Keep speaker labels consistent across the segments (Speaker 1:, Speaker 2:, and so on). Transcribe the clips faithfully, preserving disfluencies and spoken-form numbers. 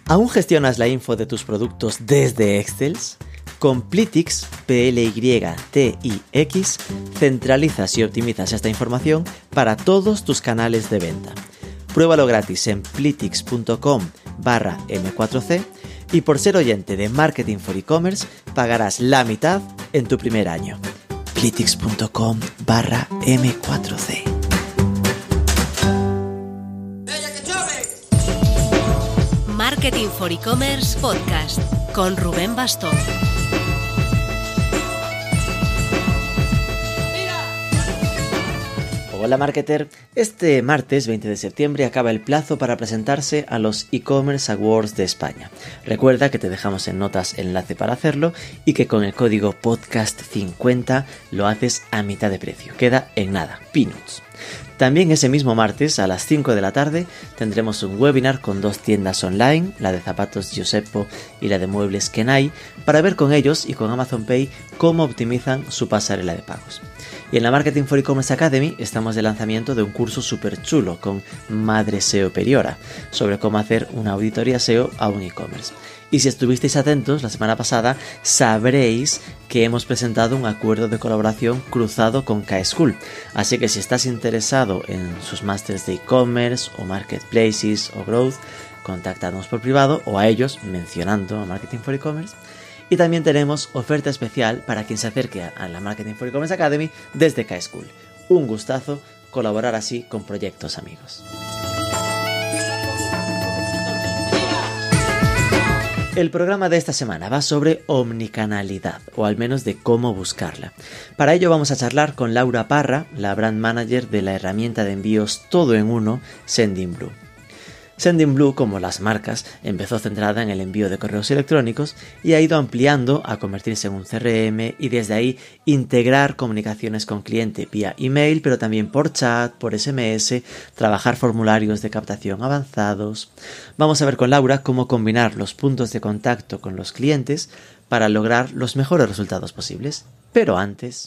Speaker 1: ¿Aún gestionas la info de tus productos desde Excel? Con Plytix, P L Y T I X, centralizas y optimizas esta información para todos tus canales de venta. Pruébalo gratis en plytix.com barra M4C y por ser oyente de Marketing for E-Commerce pagarás la mitad en tu primer año. plytix.com barra M4C.
Speaker 2: Marketing for E-Commerce Podcast con Rubén Bastón.
Speaker 1: Hola marketer, este martes veinte de septiembre acaba el plazo para presentarse a los E-Commerce Awards de España. Recuerda que te dejamos en notas enlace para hacerlo y que con el código podcast cincuenta lo haces a mitad de precio. Queda en nada, peanuts. También ese mismo martes a las cinco de la tarde tendremos un webinar con dos tiendas online, la de zapatos Giuseppe y la de muebles Kenai, para ver con ellos y con Amazon Pay cómo optimizan su pasarela de pagos. Y en la Marketing for E-Commerce Academy estamos de lanzamiento de un curso súper chulo con Madre S E O Periora sobre cómo hacer una auditoría S E O a un e-commerce. Y si estuvisteis atentos la semana pasada, sabréis que hemos presentado un acuerdo de colaboración cruzado con K-School. Así que si estás interesado en sus másteres de e-commerce o marketplaces o growth, contáctanos por privado o a ellos mencionando a Marketing for E-Commerce. Y también tenemos oferta especial para quien se acerque a la Marketing for E-Commerce Academy desde K-School. Un gustazo colaborar así con proyectos amigos. El programa de esta semana va sobre omnicanalidad, o al menos de cómo buscarla. Para ello vamos a charlar con Laura Parra, la brand manager de la herramienta de envíos todo en uno, Sendinblue. Sendinblue, como las marcas, empezó centrada en el envío de correos electrónicos y ha ido ampliando a convertirse en un C R M y desde ahí integrar comunicaciones con cliente vía email, pero también por chat, por S M S, trabajar formularios de captación avanzados. Vamos a ver con Laura cómo combinar los puntos de contacto con los clientes para lograr los mejores resultados posibles. Pero antes...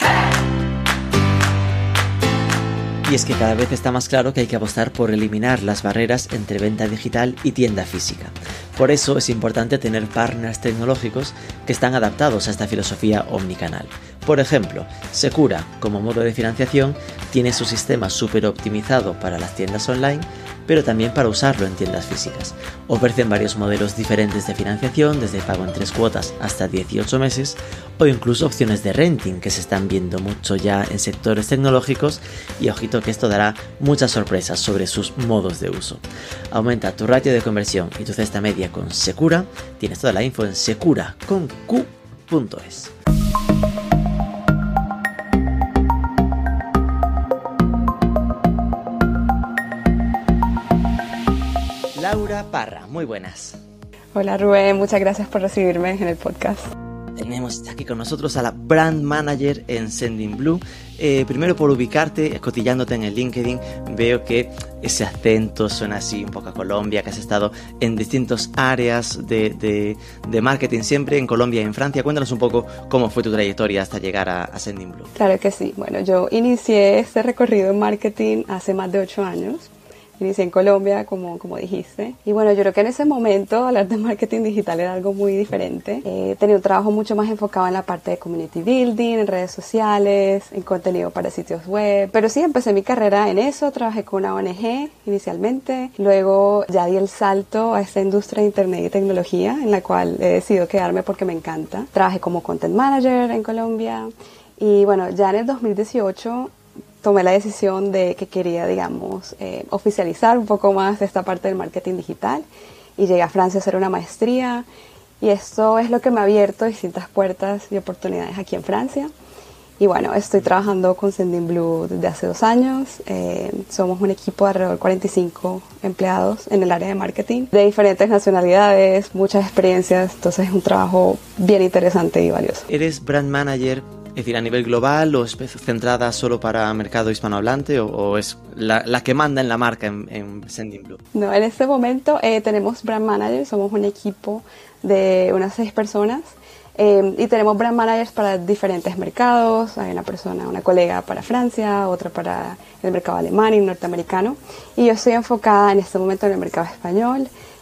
Speaker 1: Y es que cada vez está más claro que hay que apostar por eliminar las barreras entre venta digital y tienda física. Por eso es importante tener partners tecnológicos que están adaptados a esta filosofía omnicanal. Por ejemplo, Secura, como modo de financiación, tiene su sistema súper optimizado para las tiendas online, pero también para usarlo en tiendas físicas. Ofrecen varios modelos diferentes de financiación, desde pago en tres cuotas hasta dieciocho meses, o incluso opciones de renting que se están viendo mucho ya en sectores tecnológicos, y ojito que esto dará muchas sorpresas sobre sus modos de uso. Aumenta tu ratio de conversión y tu cesta media con Secura. Tienes toda la info en secura con q punto es. Laura Parra, muy buenas.
Speaker 3: Hola Rubén, muchas gracias por recibirme en el podcast.
Speaker 1: Tenemos aquí con nosotros a la Brand Manager en Sendinblue. Eh, primero por ubicarte, escotillándote en el LinkedIn, veo que ese acento suena así un poco a Colombia, que has estado en distintas áreas de, de, de marketing, siempre en Colombia y en Francia. Cuéntanos un poco cómo fue tu trayectoria hasta llegar a, a Sendinblue.
Speaker 3: Claro que sí. Bueno, yo inicié este recorrido en marketing hace más de ocho años. Inicié en Colombia, como, como dijiste. Y bueno, yo creo que en ese momento hablar de marketing digital era algo muy diferente. Eh, tenía un trabajo mucho más enfocado en la parte de community building, en redes sociales, en contenido para sitios web. Pero sí, empecé mi carrera en eso. Trabajé con una O N G inicialmente. Luego ya di el salto a esta industria de internet y tecnología, en la cual he decidido quedarme porque me encanta. Trabajé como content manager en Colombia. Y bueno, ya en el dos mil dieciocho... tomé la decisión de que quería, digamos, eh, oficializar un poco más esta parte del marketing digital y llegué a Francia a hacer una maestría y esto es lo que me ha abierto distintas puertas y oportunidades aquí en Francia. Y bueno, estoy trabajando con Sendinblue desde hace dos años. Eh, somos un equipo de alrededor de cuarenta y cinco empleados en el área de marketing, de diferentes nacionalidades, muchas experiencias, entonces es un trabajo bien interesante y valioso.
Speaker 1: ¿Eres brand manager? Es decir, a nivel global, o es centrada solo para mercado hispanohablante, o, o es la, la que manda en la marca en, en Sendinblue?
Speaker 3: No, en este momento eh, tenemos brand managers, somos un equipo de unas seis personas eh, y tenemos brand managers para diferentes mercados. Hay una persona, una colega para Francia, otra para el mercado alemán y norteamericano, y yo estoy enfocada en este momento en el mercado español.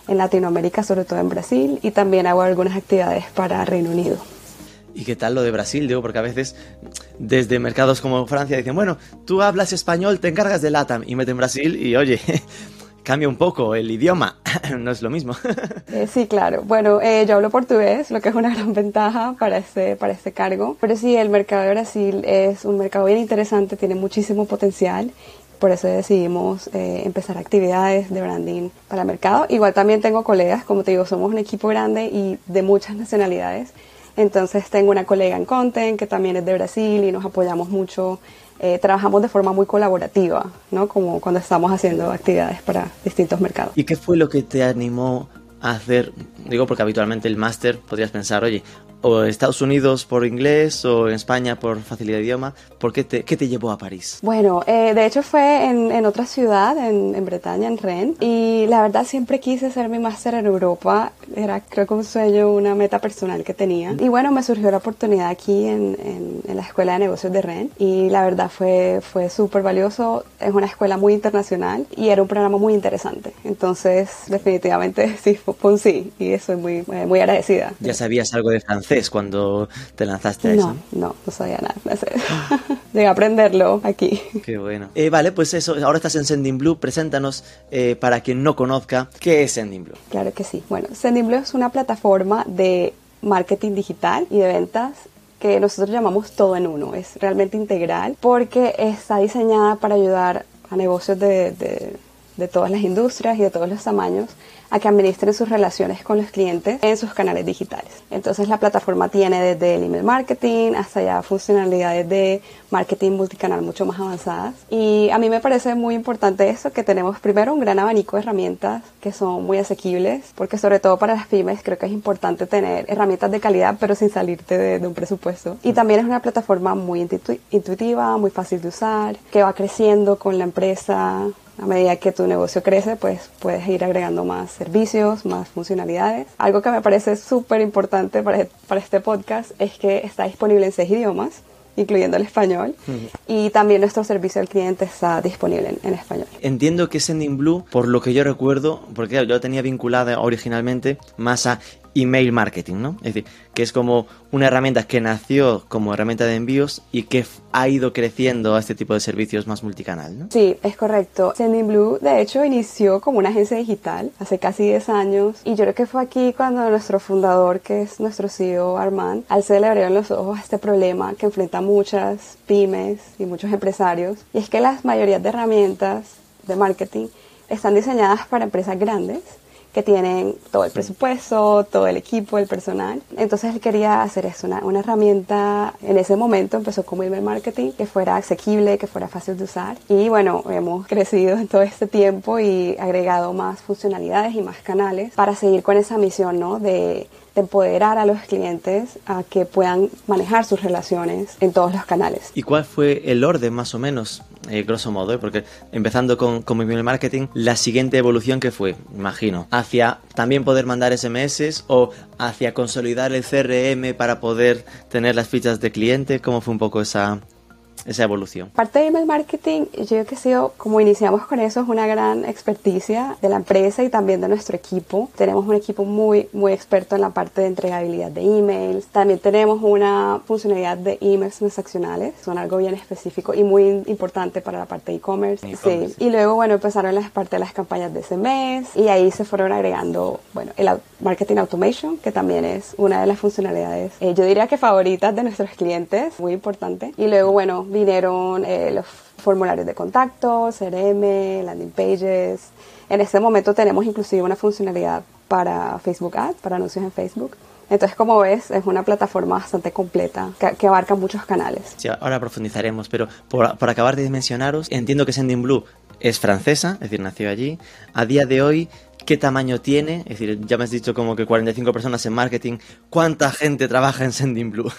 Speaker 3: en Latinoamérica, sobre todo en Brasil, y también hago algunas actividades para Reino Unido.
Speaker 1: ¿Y qué tal lo de Brasil? Digo, porque a veces desde mercados como Francia dicen, bueno, tú hablas español, te encargas de LATAM, y meten Brasil y oye, cambia un poco el idioma, no es lo mismo.
Speaker 3: Eh, sí, claro. Bueno, eh, yo hablo portugués, lo que es una gran ventaja para este, para este cargo. Pero sí, el mercado de Brasil es un mercado bien interesante, tiene muchísimo potencial. Por eso decidimos eh, empezar actividades de branding para el mercado. Igual también tengo colegas, como te digo, somos un equipo grande y de muchas nacionalidades. Entonces tengo una colega en Content que también es de Brasil y nos apoyamos mucho. Eh, trabajamos de forma muy colaborativa, ¿no? Como cuando estamos haciendo actividades para distintos mercados.
Speaker 1: ¿Y qué fue lo que te animó a hacer? Digo, porque habitualmente el máster podrías pensar, oye, o Estados Unidos por inglés o en España por facilidad de idioma. ¿Por qué te, qué te llevó a París?
Speaker 3: Bueno, eh, de hecho fue en, en otra ciudad, en, en Bretaña, en Rennes. Y la verdad siempre quise hacer mi máster en Europa. Era creo que un sueño, una meta personal que tenía. Y bueno, me surgió la oportunidad aquí en, en, en la Escuela de Negocios de Rennes. Y la verdad fue, fue súper valioso. Es una escuela muy internacional y era un programa muy interesante. Entonces, definitivamente sí, fue un sí. Y estoy muy, muy agradecida.
Speaker 1: ¿Ya sabías algo de francés cuando te lanzaste a eso?
Speaker 3: No, no, no sabía nada de francés. Llegué a aprenderlo aquí.
Speaker 1: Qué bueno. Eh, vale, pues eso, ahora estás en Sendinblue. Preséntanos, eh, para quien no conozca, ¿qué es Sendinblue?
Speaker 3: Claro que sí. Bueno, Sendinblue es una plataforma de marketing digital y de ventas que nosotros llamamos todo en uno. Es realmente integral porque está diseñada para ayudar a negocios de, de, de todas las industrias y de todos los tamaños a que administren sus relaciones con los clientes en sus canales digitales. Entonces la plataforma tiene desde el email marketing hasta ya funcionalidades de marketing multicanal mucho más avanzadas. Y a mí me parece muy importante eso, que tenemos primero un gran abanico de herramientas que son muy asequibles, porque sobre todo para las pymes creo que es importante tener herramientas de calidad pero sin salirte de, de un presupuesto. Y también es una plataforma muy intuitu- intuitiva, muy fácil de usar, que va creciendo con la empresa. A medida que tu negocio crece, pues puedes ir agregando más servicios, más funcionalidades. Algo que me parece súper importante para, para este podcast es que está disponible en seis idiomas, incluyendo el español, uh-huh. Y también nuestro servicio al cliente está disponible en, en español.
Speaker 1: Entiendo que Sendinblue, por lo que yo recuerdo, porque yo lo tenía vinculada originalmente más a email marketing, ¿no? Es decir, que es como una herramienta que nació como herramienta de envíos y que ha ido creciendo a este tipo de servicios más multicanal, ¿no?
Speaker 3: Sí, es correcto. Sendinblue, de hecho, inició como una agencia digital hace casi diez años y yo creo que fue aquí cuando nuestro fundador, que es nuestro C E O Armand, al se le abrieron los ojos a este problema que enfrenta muchas pymes y muchos empresarios, y es que las mayorías de herramientas de marketing están diseñadas para empresas grandes que tienen todo el presupuesto, todo el equipo, el personal. Entonces él quería hacer eso, una, una herramienta. En ese momento empezó como email marketing, que fuera asequible, que fuera fácil de usar. Y bueno, hemos crecido en todo este tiempo y agregado más funcionalidades y más canales para seguir con esa misión, ¿no? De, de empoderar a los clientes a que puedan manejar sus relaciones en todos los canales.
Speaker 1: ¿Y cuál fue el orden más o menos, eh, grosso modo? ¿eh? Porque empezando con, con email marketing, la siguiente evolución que fue, imagino, hacia también poder mandar S M S o hacia consolidar el C R M para poder tener las fichas de cliente. ¿Cómo fue un poco esa, esa evolución?
Speaker 3: Parte de email marketing, yo creo que ha sido, como iniciamos con eso, es una gran experticia de la empresa y también de nuestro equipo. Tenemos un equipo muy, muy experto en la parte de entregabilidad de emails. También tenemos una funcionalidad de emails transaccionales, son algo bien específico y muy importante para la parte de e-commerce. Sí. Y luego, bueno, empezaron las parte de las campañas de S M S y ahí se fueron agregando, bueno, el marketing automation, que también es una de las funcionalidades, eh, yo diría que favoritas de nuestros clientes, muy importante. Y luego, bueno, vinieron eh, los formularios de contacto, C R M, landing pages. En este momento tenemos inclusive una funcionalidad para Facebook Ads, para anuncios en Facebook. Entonces, como ves, es una plataforma bastante completa que, que abarca muchos canales.
Speaker 1: Sí, ahora profundizaremos, pero por, por acabar de mencionaros, entiendo que Sendinblue es francesa, es decir, nació allí. A día de hoy, ¿qué tamaño tiene? Es decir, ya me has dicho como que cuarenta y cinco personas en marketing. ¿Cuánta gente trabaja en Sendinblue?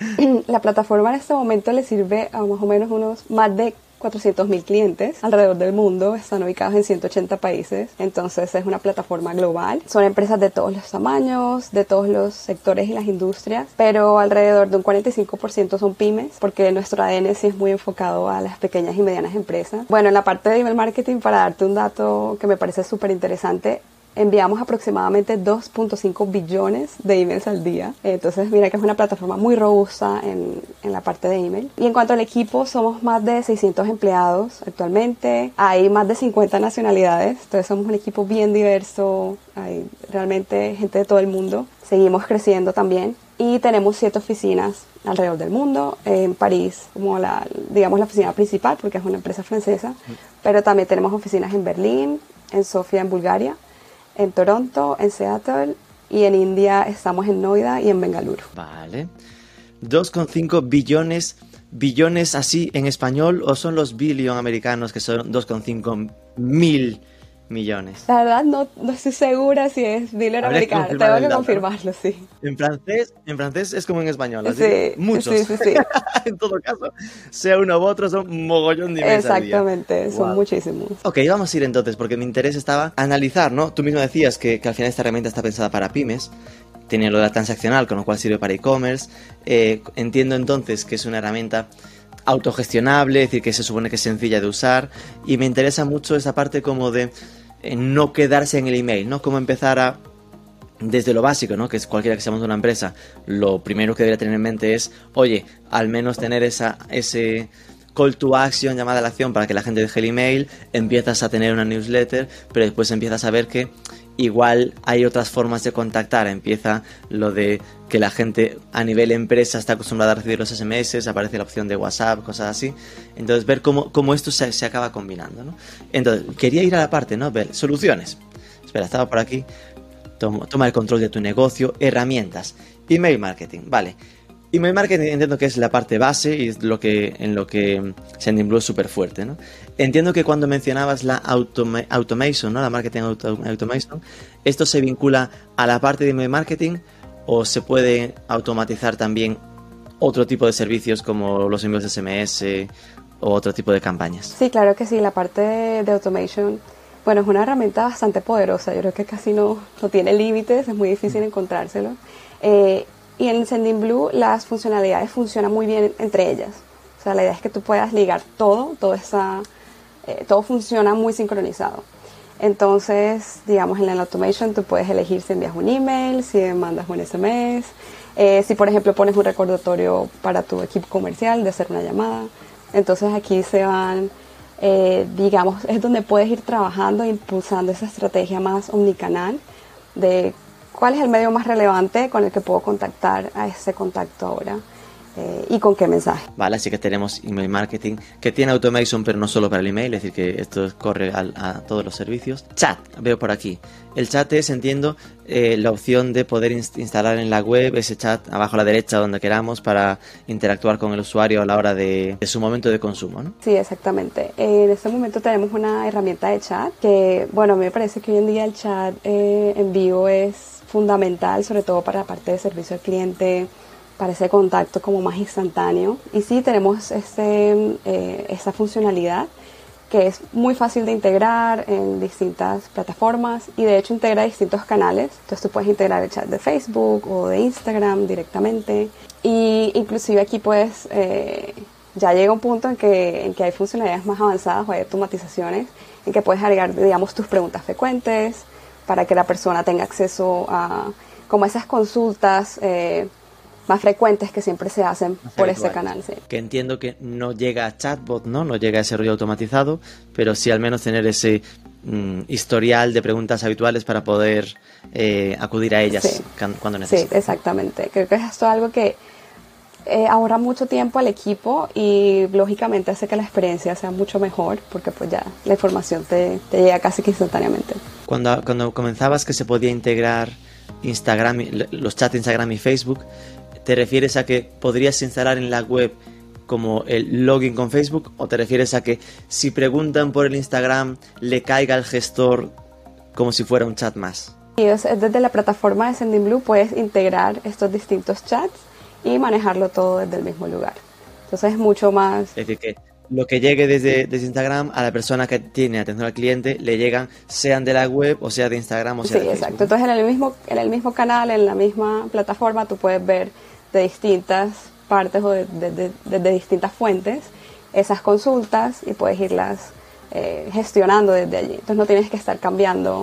Speaker 3: La plataforma en este momento le sirve a más o menos unos más de cuatrocientos mil clientes alrededor del mundo, están ubicados en ciento ochenta países, entonces es una plataforma global. Son empresas de todos los tamaños, de todos los sectores y las industrias, pero alrededor de un cuarenta y cinco por ciento son pymes, porque nuestro A D N sí es muy enfocado a las pequeñas y medianas empresas. Bueno, en la parte de email marketing, para darte un dato que me parece súper interesante, enviamos aproximadamente dos punto cinco billones de emails al día. Entonces, mira que es una plataforma muy robusta en, en la parte de email. Y en cuanto al equipo, somos más de seiscientos empleados actualmente. Hay más de cincuenta nacionalidades. Entonces, somos un equipo bien diverso. Hay realmente gente de todo el mundo. Seguimos creciendo también. Y tenemos siete oficinas alrededor del mundo. En París, como la, digamos, la oficina principal, porque es una empresa francesa. Pero también tenemos oficinas en Berlín, en Sofía, en Bulgaria, en Toronto, en Seattle, y en India estamos en Noida y en Bengaluru.
Speaker 1: Vale. dos coma cinco billones, billones así en español, o son los billion americanos que son dos coma cinco mil millones.
Speaker 3: La verdad no, no estoy segura si es billion americano, tengo que dato, confirmarlo, ¿no? Sí.
Speaker 1: En francés, en francés es como en español, así
Speaker 3: sí,
Speaker 1: que muchos.
Speaker 3: Sí, sí, sí.
Speaker 1: En todo caso, sea uno u otro, son mogollón de emails al día.
Speaker 3: Exactamente, son wow. muchísimos.
Speaker 1: Ok, vamos a ir entonces, porque mi interés estaba analizar, ¿no? Tú mismo decías que, que al final esta herramienta está pensada para pymes, tiene lo de la transaccional, con lo cual sirve para e-commerce. Eh, entiendo entonces que es una herramienta autogestionable, es decir, que se supone que es sencilla de usar, y me interesa mucho esa parte como de eh, no quedarse en el email, ¿no? Cómo empezar a, desde lo básico, ¿no? Que es cualquiera que seamos de una empresa, lo primero que debería tener en mente es, oye, al menos tener esa, ese call to action, llamada a la acción para que la gente deje el email, empiezas a tener una newsletter, pero después empiezas a ver que igual hay otras formas de contactar. Empieza lo de que la gente a nivel empresa está acostumbrada a recibir los ese eme ese, aparece la opción de WhatsApp, cosas así. Entonces ver cómo, cómo esto se, se acaba combinando, ¿no? Entonces quería ir a la parte, ¿no? Ver soluciones. Espera, estaba por aquí. Toma, toma el control de tu negocio, herramientas, email marketing, vale. Email marketing entiendo que es la parte base y es lo que, en lo que Sendinblue es súper fuerte, ¿no? Entiendo que cuando mencionabas la automa- automation, ¿no? La marketing auto- automation, ¿esto se vincula a la parte de email marketing o se puede automatizar también otro tipo de servicios como los envíos de ese eme ese o otro tipo de campañas?
Speaker 3: Sí, claro que sí. La parte de, de automation, bueno, es una herramienta bastante poderosa. Yo creo que casi no, no tiene límites, es muy difícil encontrárselo. Eh, Y en Sendinblue las funcionalidades funcionan muy bien entre ellas. O sea, la idea es que tú puedas ligar todo, todo, esa, eh, todo funciona muy sincronizado. Entonces, digamos, en la automation tú puedes elegir si envías un email, si mandas un ese eme ese, eh, si por ejemplo pones un recordatorio para tu equipo comercial de hacer una llamada. Entonces aquí se van, eh, digamos, es donde puedes ir trabajando, impulsando esa estrategia más omnicanal de cuál es el medio más relevante con el que puedo contactar a ese contacto ahora eh, y con qué mensaje.
Speaker 1: Vale, así que tenemos email marketing que tiene automation, pero no solo para el email, es decir, que esto corre a, a todos los servicios. Chat, veo por aquí. El chat es, entiendo, eh, la opción de poder inst- instalar en la web ese chat abajo a la derecha donde queramos para interactuar con el usuario a la hora de, de su momento de consumo, ¿no?
Speaker 3: Sí, exactamente. En este momento tenemos una herramienta de chat que, bueno, a mí me parece que hoy en día el chat eh, en vivo es fundamental, sobre todo para la parte de servicio al cliente, para ese contacto como más instantáneo. Y sí, tenemos este, eh, esta funcionalidad que es muy fácil de integrar en distintas plataformas y de hecho integra distintos canales. Entonces tú puedes integrar el chat de Facebook o de Instagram directamente y inclusive aquí puedes, eh, ya llega un punto en que, en que hay funcionalidades más avanzadas o hay automatizaciones en que puedes agregar, digamos, tus preguntas frecuentes para que la persona tenga acceso a como esas consultas eh, más frecuentes que siempre se hacen por ese canal. Sí.
Speaker 1: Que entiendo que no llega a chatbot, ¿no? No llega a ese rollo automatizado, pero sí al menos tener ese mm, historial de preguntas habituales para poder eh, acudir a ellas
Speaker 3: sí.
Speaker 1: cuando necesiten.
Speaker 3: Sí, exactamente. Creo que esto es algo que eh, ahorra mucho tiempo al equipo y lógicamente hace que la experiencia sea mucho mejor porque pues ya la información te, te llega casi que instantáneamente.
Speaker 1: Cuando, cuando comenzabas que se podía integrar Instagram, los chats de Instagram y Facebook, ¿te refieres a que podrías instalar en la web como el login con Facebook o te refieres a que si preguntan por el Instagram le caiga al gestor como si fuera un chat más?
Speaker 3: Y es, desde la plataforma de Sendinblue puedes integrar estos distintos chats y manejarlo todo desde el mismo lugar. Entonces es mucho más...
Speaker 1: Es decir, que lo que llegue desde, desde Instagram a la persona que tiene atención al cliente le llegan sean de la web o sea de Instagram o sea
Speaker 3: sí,
Speaker 1: de
Speaker 3: exacto.
Speaker 1: Facebook.
Speaker 3: Entonces en el mismo en el mismo canal, en la misma plataforma, tú puedes ver de distintas partes o de, de, de, de, de distintas fuentes esas consultas y puedes irlas eh, gestionando desde allí. Entonces no tienes que estar cambiando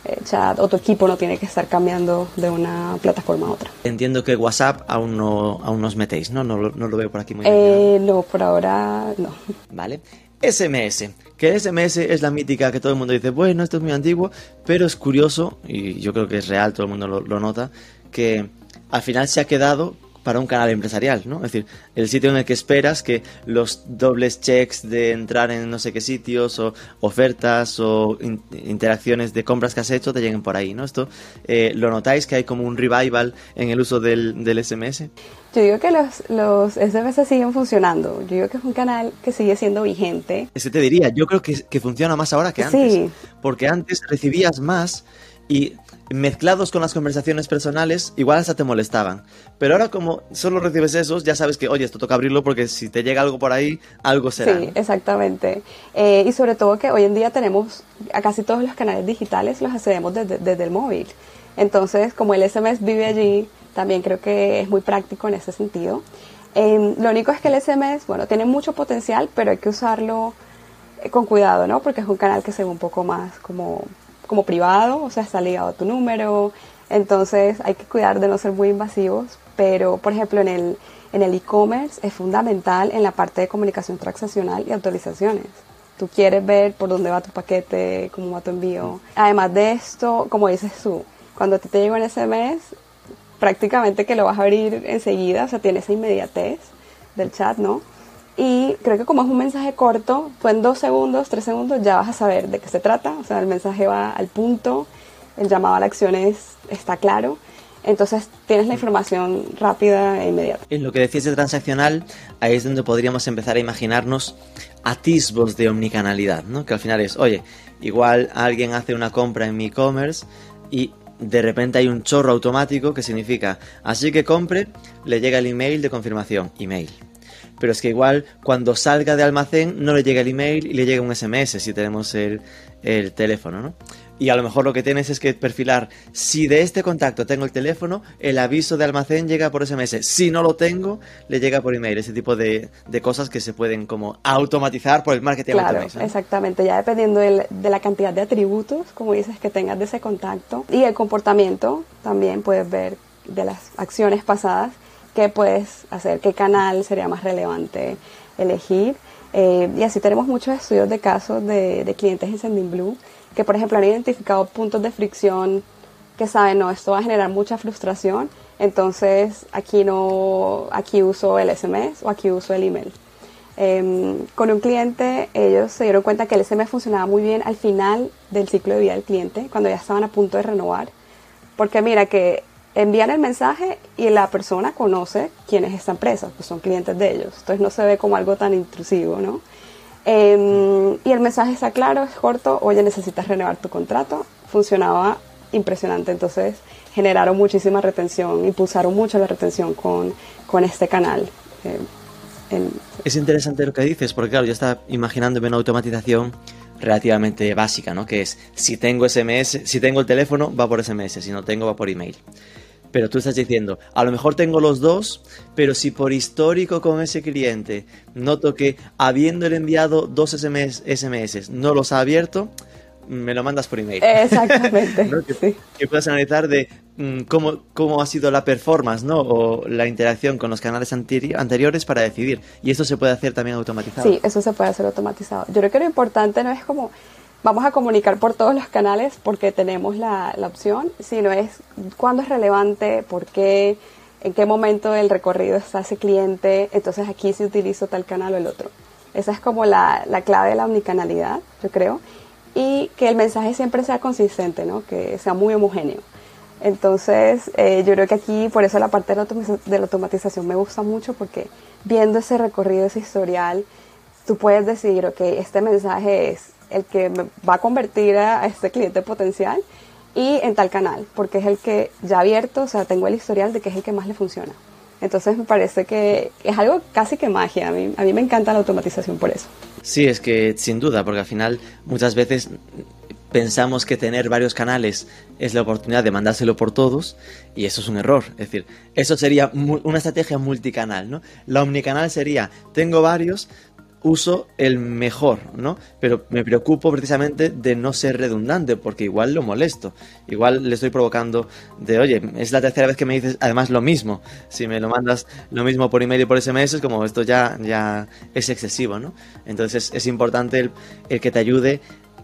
Speaker 3: eh, chat, o tu equipo no tiene que estar cambiando de una plataforma a otra.
Speaker 1: Entiendo que WhatsApp aún no, aún no os metéis, ¿no? No, no lo veo por aquí muy
Speaker 3: bien. Eh, no, por ahora no.
Speaker 1: Vale. S M S, que el S M S es la mítica que todo el mundo dice, bueno, esto es muy antiguo, pero es curioso, y yo creo que es real, todo el mundo lo, lo nota, que al final se ha quedado para un canal empresarial, ¿no? Es decir, el sitio en el que esperas que los dobles checks de entrar en no sé qué sitios o ofertas o in- interacciones de compras que has hecho te lleguen por ahí, ¿no? Esto, eh, ¿lo notáis que hay como un revival en el uso del, del S M S?
Speaker 3: Yo digo que los, los S M S siguen funcionando. Yo digo que es un canal que sigue siendo vigente.
Speaker 1: Ese te diría, yo creo que, que funciona más ahora que antes.
Speaker 3: Sí.
Speaker 1: Porque antes recibías más y mezclados con las conversaciones personales, igual hasta te molestaban. Pero ahora como solo recibes esos, ya sabes que, oye, esto toca abrirlo porque si te llega algo por ahí, algo será.
Speaker 3: Sí, exactamente. Eh, y sobre todo que hoy en día tenemos a casi todos los canales digitales, los accedemos desde, desde el móvil. Entonces, como el S M S vive allí, también creo que es muy práctico en ese sentido. Eh, lo único es que el S M S, bueno, tiene mucho potencial, pero hay que usarlo eh, con cuidado, ¿no? Porque es un canal que se ve un poco más como... como privado, o sea, está ligado a tu número, entonces hay que cuidar de no ser muy invasivos, pero por ejemplo en el en el e-commerce es fundamental en la parte de comunicación transaccional y actualizaciones. Tú quieres ver por dónde va tu paquete, cómo va tu envío. Además de esto, como dices tú, cuando a ti te llega un S M S, prácticamente que lo vas a abrir enseguida, o sea, tiene esa inmediatez del chat, ¿no? Y creo que como es un mensaje corto, tú en dos segundos, tres segundos ya vas a saber de qué se trata. O sea, el mensaje va al punto, el llamado a la acción es, está claro. Entonces tienes la información rápida e inmediata.
Speaker 1: En lo que decías de transaccional, ahí es donde podríamos empezar a imaginarnos atisbos de omnicanalidad, ¿no? Que al final es, oye, igual alguien hace una compra en mi e-commerce y de repente hay un chorro automático que significa, así que compre, le llega el email de confirmación, email. Pero es que igual cuando salga de almacén no le llega el email y le llega un S M S si tenemos el, el teléfono, ¿no? Y a lo mejor lo que tienes es que perfilar, si de este contacto tengo el teléfono, el aviso de almacén llega por S M S. Si no lo tengo, le llega por email. Ese tipo de, de cosas que se pueden como automatizar por el marketing.
Speaker 3: Claro,
Speaker 1: automation, ¿no?
Speaker 3: Exactamente. Ya dependiendo del, de la cantidad de atributos, como dices, que tengas de ese contacto. Y el comportamiento, también puedes ver de las acciones pasadas qué puedes hacer, qué canal sería más relevante elegir. Eh, y así tenemos muchos estudios de casos de, de clientes en Sendinblue que, por ejemplo, han identificado puntos de fricción que saben, no, esto va a generar mucha frustración, entonces aquí no, aquí uso el S M S o aquí uso el email. Eh, con un cliente, ellos se dieron cuenta que el S M S funcionaba muy bien al final del ciclo de vida del cliente, cuando ya estaban a punto de renovar, porque mira que envían el mensaje y la persona conoce quién es esta empresa, pues son clientes de ellos. Entonces no se ve como algo tan intrusivo, ¿no? Eh, y el mensaje está claro, es corto, oye, necesitas renovar tu contrato. Funcionaba impresionante, entonces generaron muchísima retención, impulsaron mucho la retención con, con este canal. Eh, en...
Speaker 1: Es interesante lo que dices, porque claro, yo estaba imaginándome una automatización relativamente básica, ¿no? Que es, si tengo S M S, si tengo el teléfono, va por S M S, si no tengo, va por email. Pero tú estás diciendo, a lo mejor tengo los dos, pero si por histórico con ese cliente noto que habiéndole enviado dos S M S, S M S no los ha abierto, me lo mandas por email.
Speaker 3: Exactamente.
Speaker 1: ¿No? Que,
Speaker 3: sí.
Speaker 1: que puedas analizar de mmm, cómo, cómo ha sido la performance, ¿no? O la interacción con los canales anteri- anteriores para decidir. Y esto se puede hacer también automatizado.
Speaker 3: Sí, eso se puede hacer automatizado. Yo creo que lo importante no es como vamos a comunicar por todos los canales porque tenemos la, la opción, sino es cuándo es relevante, por qué, en qué momento del recorrido está ese cliente, entonces aquí sí utilizo tal canal o el otro. Esa es como la, la clave de la omnicanalidad, yo creo, y que el mensaje siempre sea consistente, ¿no? Que sea muy homogéneo. Entonces, eh, yo creo que aquí, por eso la parte de la, automatiz- de la automatización me gusta mucho, porque viendo ese recorrido, ese historial, tú puedes decidir, ok, este mensaje es el que me va a convertir a, a este cliente potencial y en tal canal, porque es el que ya abierto, o sea, tengo el historial de que es el que más le funciona. Entonces me parece que es algo casi que magia. A mí, a mí me encanta la automatización por eso.
Speaker 1: Sí, es que sin duda, porque al final muchas veces pensamos que tener varios canales es la oportunidad de mandárselo por todos y eso es un error. Es decir, eso sería mu- una estrategia multicanal, ¿no? La omnicanal sería, tengo varios, uso el mejor, ¿no? Pero me preocupo precisamente de no ser redundante, porque igual lo molesto. Igual le estoy provocando de, oye, es la tercera vez que me dices además lo mismo. Si me lo mandas lo mismo por email y por S M S, es como esto ya, ya es excesivo, ¿no? Entonces es importante el, el que te ayude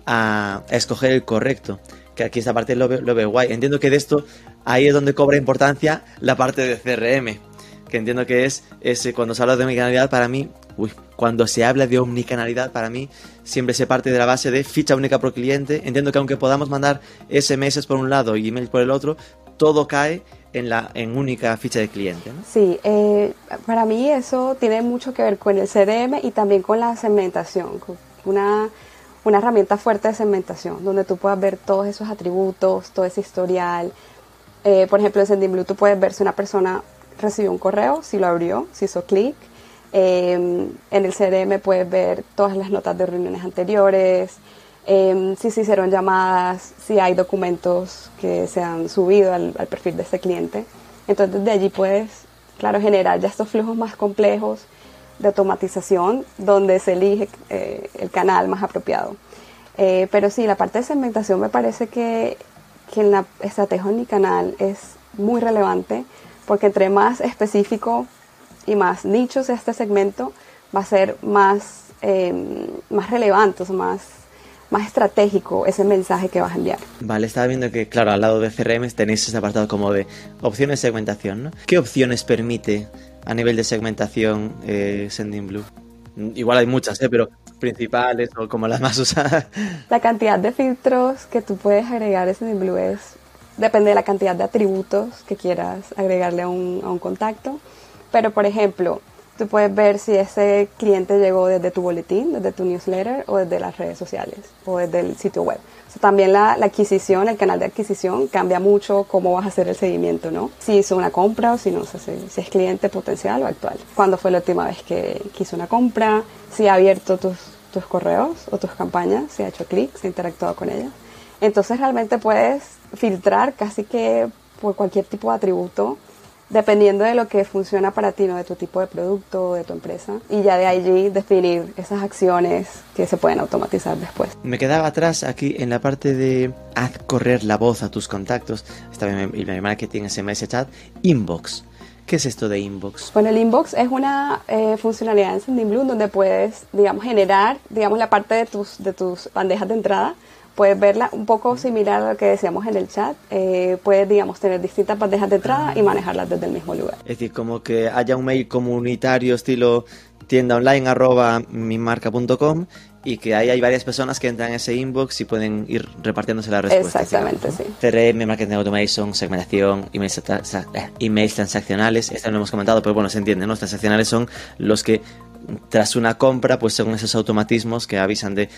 Speaker 1: a, a escoger el correcto. Que aquí esta parte lo veo, lo veo guay. Entiendo que de esto, ahí es donde cobra importancia la parte de C R M. Que entiendo que es, es cuando se habla de omnicanalidad, para mí, uy, cuando se habla de omnicanalidad, para mí siempre se parte de la base de ficha única por cliente. Entiendo que aunque podamos mandar S M S por un lado y emails por el otro, todo cae en la en única ficha de cliente, ¿no?
Speaker 3: Sí, eh, para mí eso tiene mucho que ver con el C R M y también con la segmentación, con una, una herramienta fuerte de segmentación, donde tú puedas ver todos esos atributos, todo ese historial. Eh, por ejemplo, en Sendinblue tú puedes ver si una persona recibió un correo, si lo abrió, si hizo clic. Eh, en el C R M puedes ver todas las notas de reuniones anteriores, eh, si se hicieron llamadas, si hay documentos que se han subido al, al perfil de este cliente. Entonces de allí puedes, claro, generar ya estos flujos más complejos de automatización donde se elige eh, el canal más apropiado. Eh, pero sí, la parte de segmentación me parece que, que en la estrategia omnicanal es muy relevante, porque entre más específico y más nicho sea este segmento, va a ser más, eh, más relevante, o sea, más, más estratégico ese mensaje que vas a enviar.
Speaker 1: Vale, estaba viendo que, claro, al lado de C R M tenéis ese apartado como de opciones de segmentación, ¿no? ¿Qué opciones permite a nivel de segmentación eh, Sendinblue? Igual hay muchas, ¿eh? Pero principales o como las más usadas.
Speaker 3: La cantidad de filtros que tú puedes agregar a Sendinblue es, depende de la cantidad de atributos que quieras agregarle a un, a un contacto. Pero, por ejemplo, tú puedes ver si ese cliente llegó desde tu boletín, desde tu newsletter o desde las redes sociales o desde el sitio web. O sea, también la, la adquisición, el canal de adquisición cambia mucho cómo vas a hacer el seguimiento, ¿no? Si hizo una compra o si no, o sea, si, si es cliente potencial o actual. ¿Cuándo fue la última vez que, que hizo una compra? Si ha abierto tus, tus correos o tus campañas, si ha hecho clic, si ha interactuado con ellas. Entonces realmente puedes filtrar casi que por cualquier tipo de atributo, dependiendo de lo que funciona para ti, ¿no? De tu tipo de producto, de tu empresa, y ya de allí definir esas acciones que se pueden automatizar después.
Speaker 1: Me quedaba atrás aquí en la parte de haz correr la voz a tus contactos. Estaba en email marketing, S M S chat, inbox. ¿Qué es esto de inbox?
Speaker 3: Bueno, el inbox es una eh, funcionalidad en Sendinblue donde puedes, digamos, generar, digamos, la parte de tus, de tus bandejas de entrada. Puedes verla un poco similar a lo que decíamos en el chat. Eh, puedes, digamos, tener distintas bandejas de entrada y manejarlas desde el mismo lugar.
Speaker 1: Es decir, como que haya un mail comunitario estilo tienda online arroba mimarca punto com y que ahí hay varias personas que entran en ese inbox y pueden ir repartiéndose las respuestas.
Speaker 3: Exactamente,
Speaker 1: digamos, ¿no?
Speaker 3: sí.
Speaker 1: C R M, marketing automation, segmentación, emails, emails transaccionales. Esto no lo hemos comentado, pero bueno, se entiende, ¿no? Los transaccionales son los que tras una compra, pues son esos automatismos que avisan de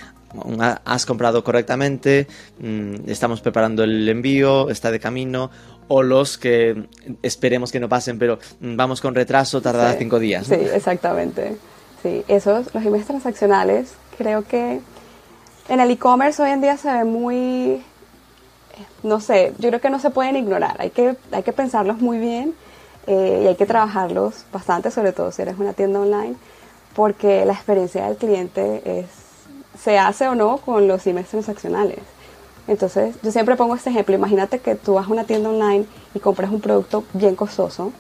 Speaker 1: has comprado correctamente, estamos preparando el envío, está de camino, o los que esperemos que no pasen, pero vamos con retraso, tardará
Speaker 3: sí,
Speaker 1: cinco días, ¿no?
Speaker 3: Sí, exactamente. Sí, esos, los emails transaccionales, creo que en el e-commerce hoy en día se ven muy, no sé, yo creo que no se pueden ignorar, hay que, hay que pensarlos muy bien eh, y hay que trabajarlos bastante, sobre todo si eres una tienda online, porque la experiencia del cliente es, se hace o no con los emails transaccionales. Entonces, yo siempre pongo este ejemplo. Imagínate que tú vas a una tienda online y compras un producto bien costoso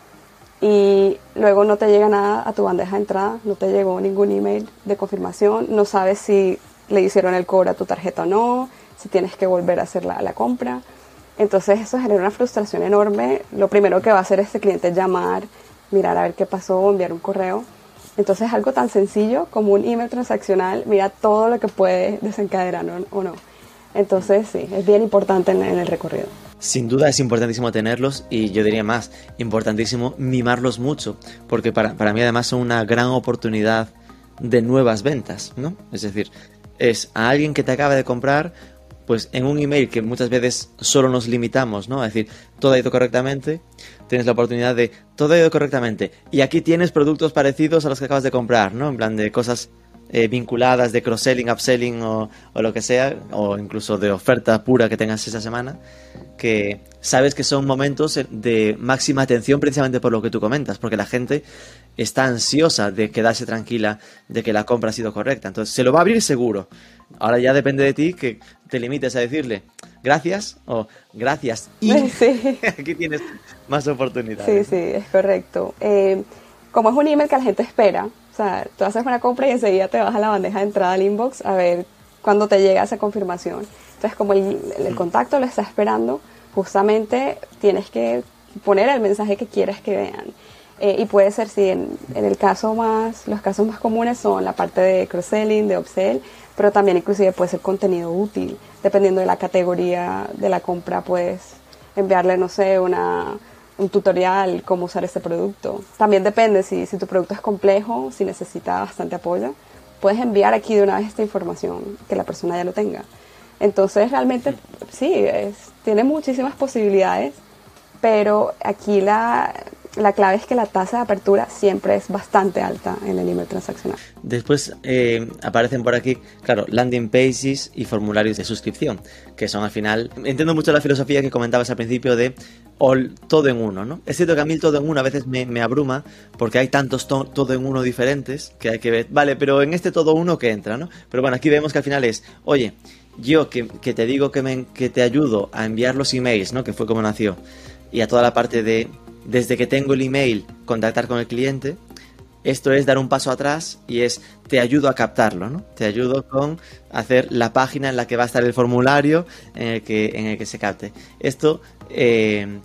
Speaker 3: y luego no te llega nada a tu bandeja de entrada, no te llegó ningún email de confirmación, no sabes si le hicieron el cobro a tu tarjeta o no, si tienes que volver a hacer la, la compra. Entonces, eso genera una frustración enorme. Lo primero que va a hacer este cliente es llamar, mirar a ver qué pasó, enviar un correo. Entonces, algo tan sencillo como un email transaccional, mira todo lo que puede desencadenar o no. Entonces, sí, es bien importante en, en el recorrido.
Speaker 1: Sin duda es importantísimo tenerlos y yo diría más, importantísimo mimarlos mucho, porque para, para mí además son una gran oportunidad de nuevas ventas, ¿no? Es decir, es a alguien que te acaba de comprar, pues en un email que muchas veces solo nos limitamos, ¿no? A decir, todo ha ido correctamente, tienes la oportunidad de, todo ha ido correctamente, y aquí tienes productos parecidos a los que acabas de comprar, ¿no? En plan de cosas eh, vinculadas de cross-selling, upselling o, o lo que sea, o incluso de oferta pura que tengas esa semana, que sabes que son momentos de máxima atención precisamente por lo que tú comentas, porque la gente está ansiosa de quedarse tranquila de que la compra ha sido correcta. Entonces, se lo va a abrir seguro. Ahora ya depende de ti que te limites a decirle gracias o gracias y
Speaker 3: sí.
Speaker 1: Aquí tienes más oportunidades.
Speaker 3: Sí, sí, es correcto. Eh, como es un email que la gente espera, o sea, tú haces una compra y enseguida te vas a la bandeja de entrada al inbox a ver cuándo te llega esa confirmación. Entonces, como el, el contacto lo está esperando, justamente tienes que poner el mensaje que quieres que vean. Eh, y puede ser, sí, en, en el caso más, los casos más comunes son la parte de cross-selling, de upsell, pero también inclusive puede ser contenido útil. Dependiendo de la categoría de la compra, puedes enviarle, no sé, una, un tutorial, cómo usar este producto. También depende si, si tu producto es complejo, si necesita bastante apoyo, puedes enviar aquí de una vez esta información, que la persona ya lo tenga. Entonces, realmente, sí, es, tiene muchísimas posibilidades, pero aquí la, la clave es que la tasa de apertura siempre es bastante alta en el email transaccional.
Speaker 1: Después eh, aparecen por aquí, claro, landing pages y formularios de suscripción, que son al final... Entiendo mucho la filosofía que comentabas al principio de all, todo en uno, ¿no? Es cierto que a mí el todo en uno a veces me, me abruma porque hay tantos to- todo en uno diferentes que hay que ver, vale, pero en este todo uno que entra, ¿no? Pero bueno, aquí vemos que al final es, oye, yo que, que te digo que, me, que te ayudo a enviar los emails, ¿no? Que fue como nació, y a toda la parte de, desde que tengo el email, contactar con el cliente. Esto es dar un paso atrás y es, te ayudo a captarlo, ¿no? Te ayudo con hacer la página en la que va a estar el formulario en el que, en el que se capte. Esto, eh,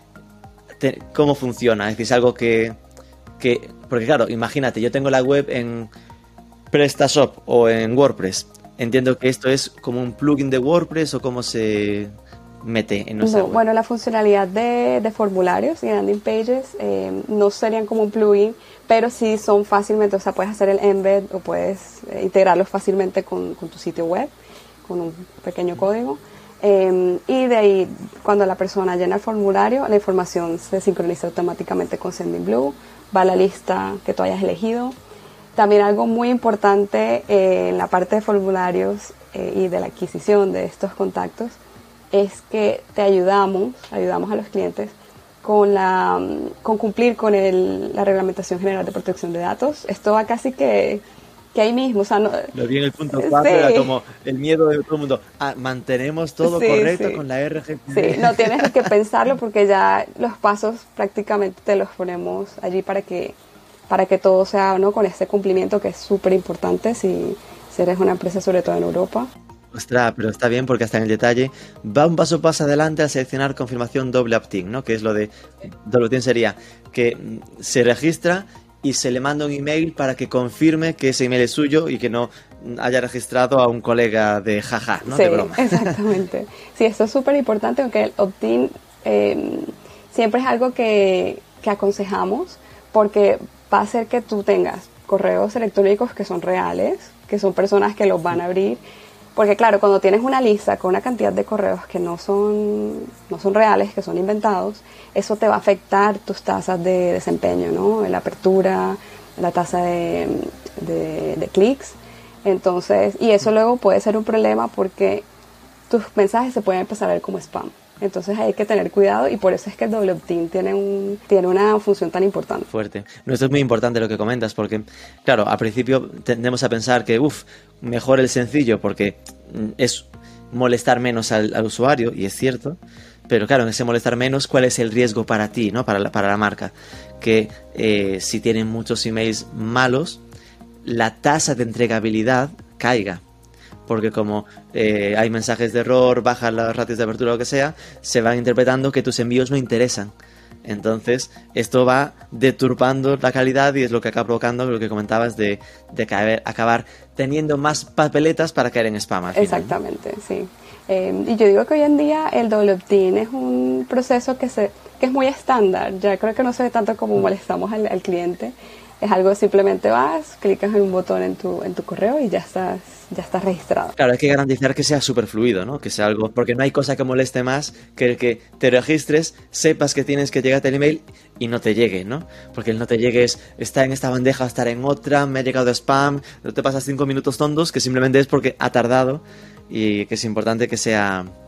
Speaker 1: te, ¿cómo funciona? Es decir, es algo que, que... Porque claro, imagínate, yo tengo la web en PrestaShop o en WordPress. Entiendo que esto es como un plugin de WordPress o cómo se mete en nuestra
Speaker 3: no,
Speaker 1: web.
Speaker 3: Bueno, la funcionalidad de, de formularios y landing pages eh, no serían como un plugin, pero sí son fácilmente, o sea, puedes hacer el embed o puedes eh, integrarlos fácilmente con, con tu sitio web, con un pequeño código. Eh, y de ahí, cuando la persona llena el formulario, la información se sincroniza automáticamente con Sendinblue, va a la lista que tú hayas elegido. También algo muy importante eh, en la parte de formularios eh, y de la adquisición de estos contactos es que te ayudamos, ayudamos a los clientes con, la, con cumplir con el, la Reglamentación General de Protección de Datos. Esto va casi que, que ahí mismo. O sea, no,
Speaker 1: lo vi en el punto cuatro, sí. Era como el miedo de todo el mundo. Ah, mantenemos todo sí, correcto sí. Con la R G P D.
Speaker 3: Sí, no tienes que pensarlo porque ya los pasos prácticamente te los ponemos allí para que para que todo sea, ¿no?, con este cumplimiento que es súper importante si, si eres una empresa, sobre todo en Europa.
Speaker 1: Ostras, pero está bien porque hasta en el detalle va un paso más adelante al seleccionar confirmación doble opt-in, ¿no? Que es lo de doble opt-in sería que se registra y se le manda un email para que confirme que ese email es suyo y que no haya registrado a un colega de jaja, ¿no?
Speaker 3: Sí,
Speaker 1: de broma.
Speaker 3: Exactamente. Sí, esto es súper importante, aunque el opt-in eh, siempre es algo que, que aconsejamos porque va a hacer que tú tengas correos electrónicos que son reales, que son personas que los van a abrir, porque claro, cuando tienes una lista con una cantidad de correos que no son, no son reales, que son inventados, eso te va a afectar tus tasas de desempeño, ¿no? La apertura, la tasa de, de, de clics, entonces, y eso luego puede ser un problema porque tus mensajes se pueden empezar a ver como spam. Entonces hay que tener cuidado y por eso es que el doble opt-in tiene, un, tiene una función tan importante.
Speaker 1: Fuerte. No, esto es muy importante lo que comentas porque, claro, al principio tendemos a pensar que, uff, mejor el sencillo porque es molestar menos al, al usuario, y es cierto, pero claro, en ese molestar menos, ¿cuál es el riesgo para ti, ¿no? Para la, para la marca? Que eh, si tienen muchos emails malos, la tasa de entregabilidad caiga. Porque como eh, hay mensajes de error, bajan las ratios de apertura o lo que sea, se van interpretando que tus envíos no interesan. Entonces, esto va deturpando la calidad y es lo que acaba provocando lo que comentabas de, de caer, acabar teniendo más papeletas para caer en spam. Al final,
Speaker 3: exactamente, ¿no? Sí. Eh, y yo digo que hoy en día el doble opt-in es un proceso que, se, que es muy estándar. Ya creo que no se ve tanto como molestamos al, al cliente. Es algo, simplemente vas, clicas en un botón en tu en tu correo y ya estás ya estás registrado.
Speaker 1: Claro, hay que garantizar que sea súper fluido, ¿no? Que sea algo, porque no hay cosa que moleste más que el que te registres, sepas que tienes que llegarte el email y no te llegue, ¿no? Porque el no te llegue es, está en esta bandeja, estar en otra, me ha llegado spam, no te pasas cinco minutos tontos, que simplemente es porque ha tardado y que es importante que sea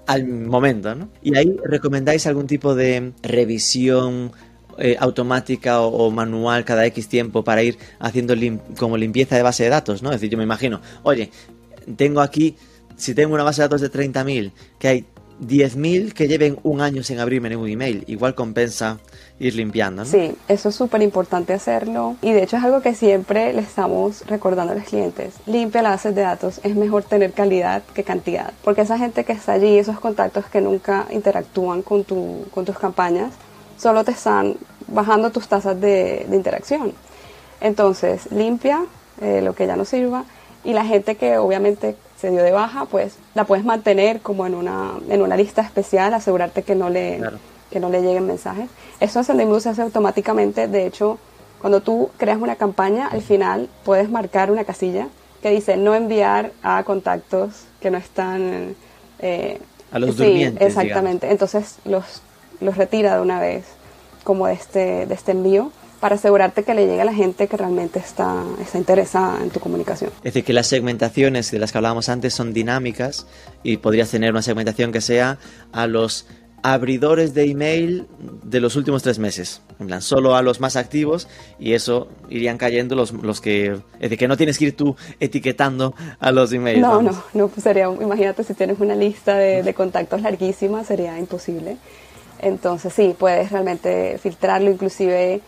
Speaker 1: al momento, ¿no? Y ahí recomendáis algún tipo de revisión eh, automática o, o manual cada X tiempo para ir haciendo lim- como limpieza de base de datos, ¿no? Es decir, yo me imagino, oye, tengo aquí, si tengo una base de datos de treinta mil, que hay diez mil que lleven un año sin abrirme ningún email, igual compensa ir limpiando, ¿no?
Speaker 3: Sí, eso es súper importante hacerlo y de hecho es algo que siempre le estamos recordando a los clientes. Limpia la base de datos, es mejor tener calidad que cantidad, porque esa gente que está allí, esos contactos que nunca interactúan con, tu, con tus campañas, solo te están bajando tus tasas de, de interacción. Entonces, limpia eh, lo que ya no sirva y la gente que obviamente se dio de baja, pues la puedes mantener como en una, en una lista especial, asegurarte que no le, claro. que no le lleguen mensajes. Eso en Sendinblue se hace automáticamente. De hecho, cuando tú creas una campaña, al final puedes marcar una casilla que dice no enviar a contactos que no están... Eh,
Speaker 1: a los
Speaker 3: sí,
Speaker 1: durmientes,
Speaker 3: exactamente.
Speaker 1: digamos.
Speaker 3: Entonces los, los retira de una vez como de este, de este envío, para asegurarte que le llegue a la gente que realmente está, está interesada en tu comunicación.
Speaker 1: Es decir, que las segmentaciones de las que hablábamos antes son dinámicas y podrías tener una segmentación que sea a los abridores de email de los últimos tres meses. En plan, solo a los más activos y eso irían cayendo los, los que... Es decir, que no tienes que ir tú etiquetando a los emails.
Speaker 3: No,
Speaker 1: vamos.
Speaker 3: no, no, pues sería, imagínate si tienes una lista de, de contactos larguísima, sería imposible. Entonces sí, puedes realmente filtrarlo, inclusive...